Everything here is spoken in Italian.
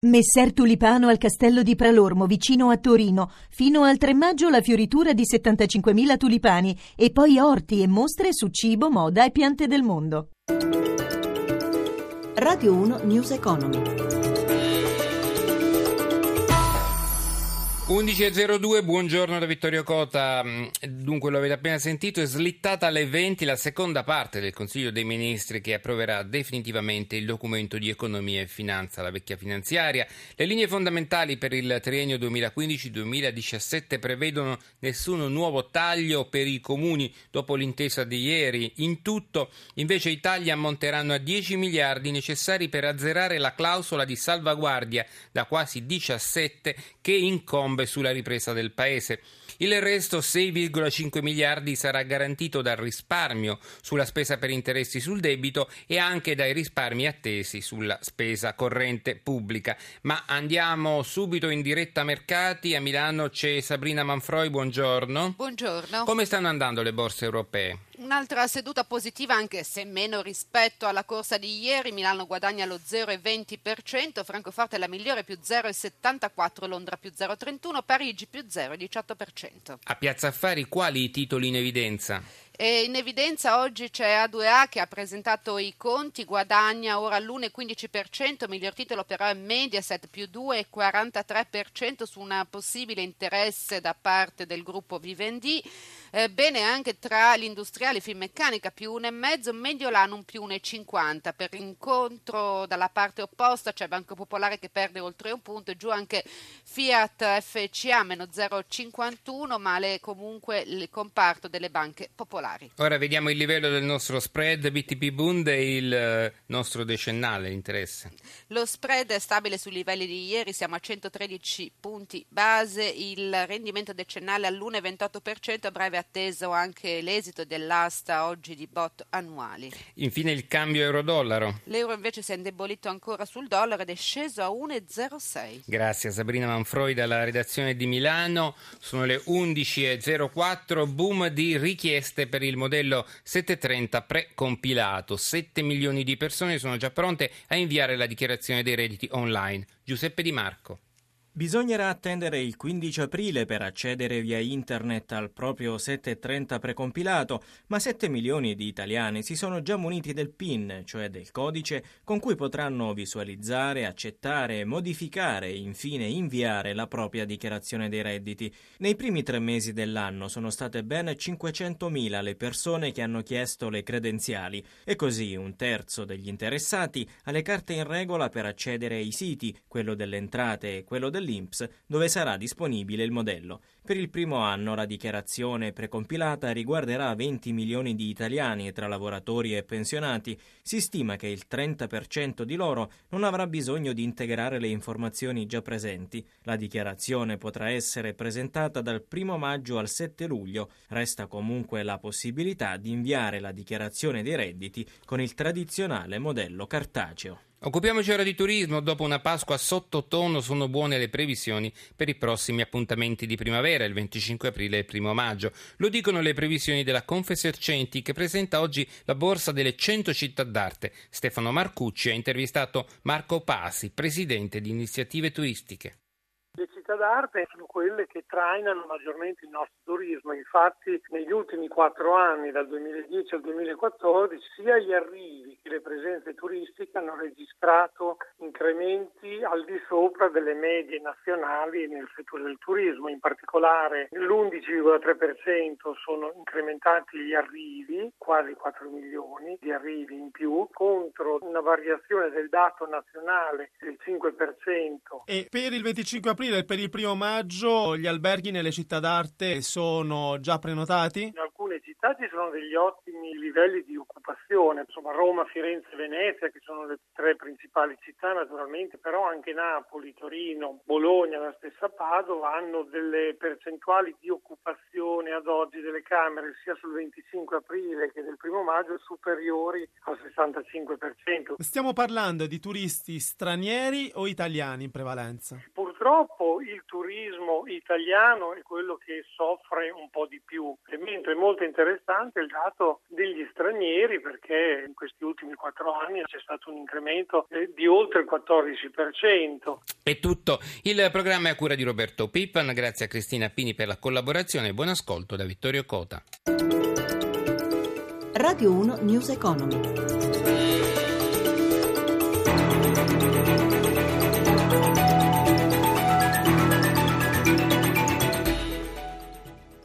Messer Tulipano al castello di Pralormo, vicino a Torino. Fino al 3 maggio la fioritura di 75.000 tulipani e poi orti e mostre su cibo, moda e piante del mondo. Radio 1 News Economy. 11.02, buongiorno da Vittorio Cota. Dunque, lo avete appena sentito, è slittata alle 20 la seconda parte del Consiglio dei Ministri che approverà definitivamente il documento di economia e finanza, la vecchia finanziaria. Le linee fondamentali per il triennio 2015-2017 prevedono nessun nuovo taglio per i comuni dopo l'intesa di ieri. In tutto, invece, i tagli ammonteranno a 10 miliardi necessari per azzerare la clausola di salvaguardia da quasi 17 che incombe sulla ripresa del paese. Il resto, 6,5 miliardi, sarà garantito dal risparmio sulla spesa per interessi sul debito e anche dai risparmi attesi sulla spesa corrente pubblica. Ma andiamo subito in diretta mercati. A Milano c'è Sabrina Manfroi, buongiorno. Buongiorno. Come stanno andando le borse europee? Un'altra seduta positiva, anche se meno rispetto alla corsa di ieri. Milano guadagna lo 0,20%, Francoforte è la migliore più 0,74%, Londra più 0,31%, Parigi più 0,18%. A Piazza Affari quali i titoli in evidenza? E in evidenza oggi c'è A2A che ha presentato i conti, guadagna ora l'1,15%, miglior titolo però è Mediaset più 2,43% su un possibile interesse da parte del gruppo Vivendi. Bene anche tra gli industriali Finmeccanica più 1,5%, Mediolanum più 1,50%. Per incontro dalla parte opposta c'è Banco Popolare che perde oltre un punto, giù anche Fiat FCA meno 0,51%, male comunque il comparto delle banche popolari. Ora vediamo il livello del nostro spread BTP Bund e il nostro decennale interesse. Lo spread è stabile sui livelli di ieri, siamo a 113 punti base, il rendimento decennale all'1,28%, a breve atteso anche l'esito dell'asta oggi di bot annuali. Infine il cambio euro-dollaro. L'euro invece si è indebolito ancora sul dollaro ed è sceso a 1,06. Grazie a Sabrina Manfroi dalla redazione di Milano. Sono le 11.04, boom di richieste per il modello 730 precompilato. 7 milioni di persone sono già pronte a inviare la dichiarazione dei redditi online. Giuseppe Di Marco. Bisognerà attendere il 15 aprile per accedere via internet al proprio 730 precompilato, ma 7 milioni di italiani si sono già muniti del PIN, cioè del codice con cui potranno visualizzare, accettare, modificare e infine inviare la propria dichiarazione dei redditi. Nei primi 3 mesi dell'anno sono state ben 500.000 le persone che hanno chiesto le credenziali e così un terzo degli interessati ha le carte in regola per accedere ai siti, quello delle entrate e quello dell'INPS, dove sarà disponibile il modello. Per il primo anno la dichiarazione precompilata riguarderà 20 milioni di italiani tra lavoratori e pensionati. Si stima che il 30% di loro non avrà bisogno di integrare le informazioni già presenti. La dichiarazione potrà essere presentata dal 1 maggio al 7 luglio. Resta comunque la possibilità di inviare la dichiarazione dei redditi con il tradizionale modello cartaceo. Occupiamoci ora di turismo. Dopo una Pasqua sottotono sono buone le previsioni per i prossimi appuntamenti di primavera, il 25 aprile e il 1 maggio. Lo dicono le previsioni della Confesercenti che presenta oggi la borsa delle 100 città d'arte. Stefano Marcucci ha intervistato Marco Pasi, presidente di Iniziative Turistiche. Le città d'arte sono quelle che trainano maggiormente il nostro turismo, infatti negli ultimi 4 anni, dal 2010 al 2014, sia gli arrivi che le presenze turistiche hanno registrato incrementi al di sopra delle medie nazionali nel settore del turismo. In particolare l'11,3% sono incrementati gli arrivi, quasi 4 milioni di arrivi in più, contro una variazione del dato nazionale del 5%. E per il 25 aprile e per il 1 maggio gli alberghi nelle città d'arte sono già prenotati? In alcune città ci sono degli ottimi livelli di occupazione, insomma Roma, Firenze e Venezia, che sono le 3 principali città naturalmente, però anche Napoli, Torino, Bologna, la stessa Padova hanno delle percentuali di occupazione ad oggi delle camere sia sul 25 aprile che del 1 maggio superiori al 65%. Stiamo parlando di turisti stranieri o italiani in prevalenza? Purtroppo purtroppo il turismo italiano è quello che soffre un po' di più, mentre è molto interessante il dato degli stranieri, perché in questi ultimi 4 anni c'è stato un incremento di oltre il 14%. È tutto. Il programma è a cura di Roberto Pippan, grazie a Cristina Pini per la collaborazione. Buon ascolto da Vittorio Cota. Radio 1 News Economy.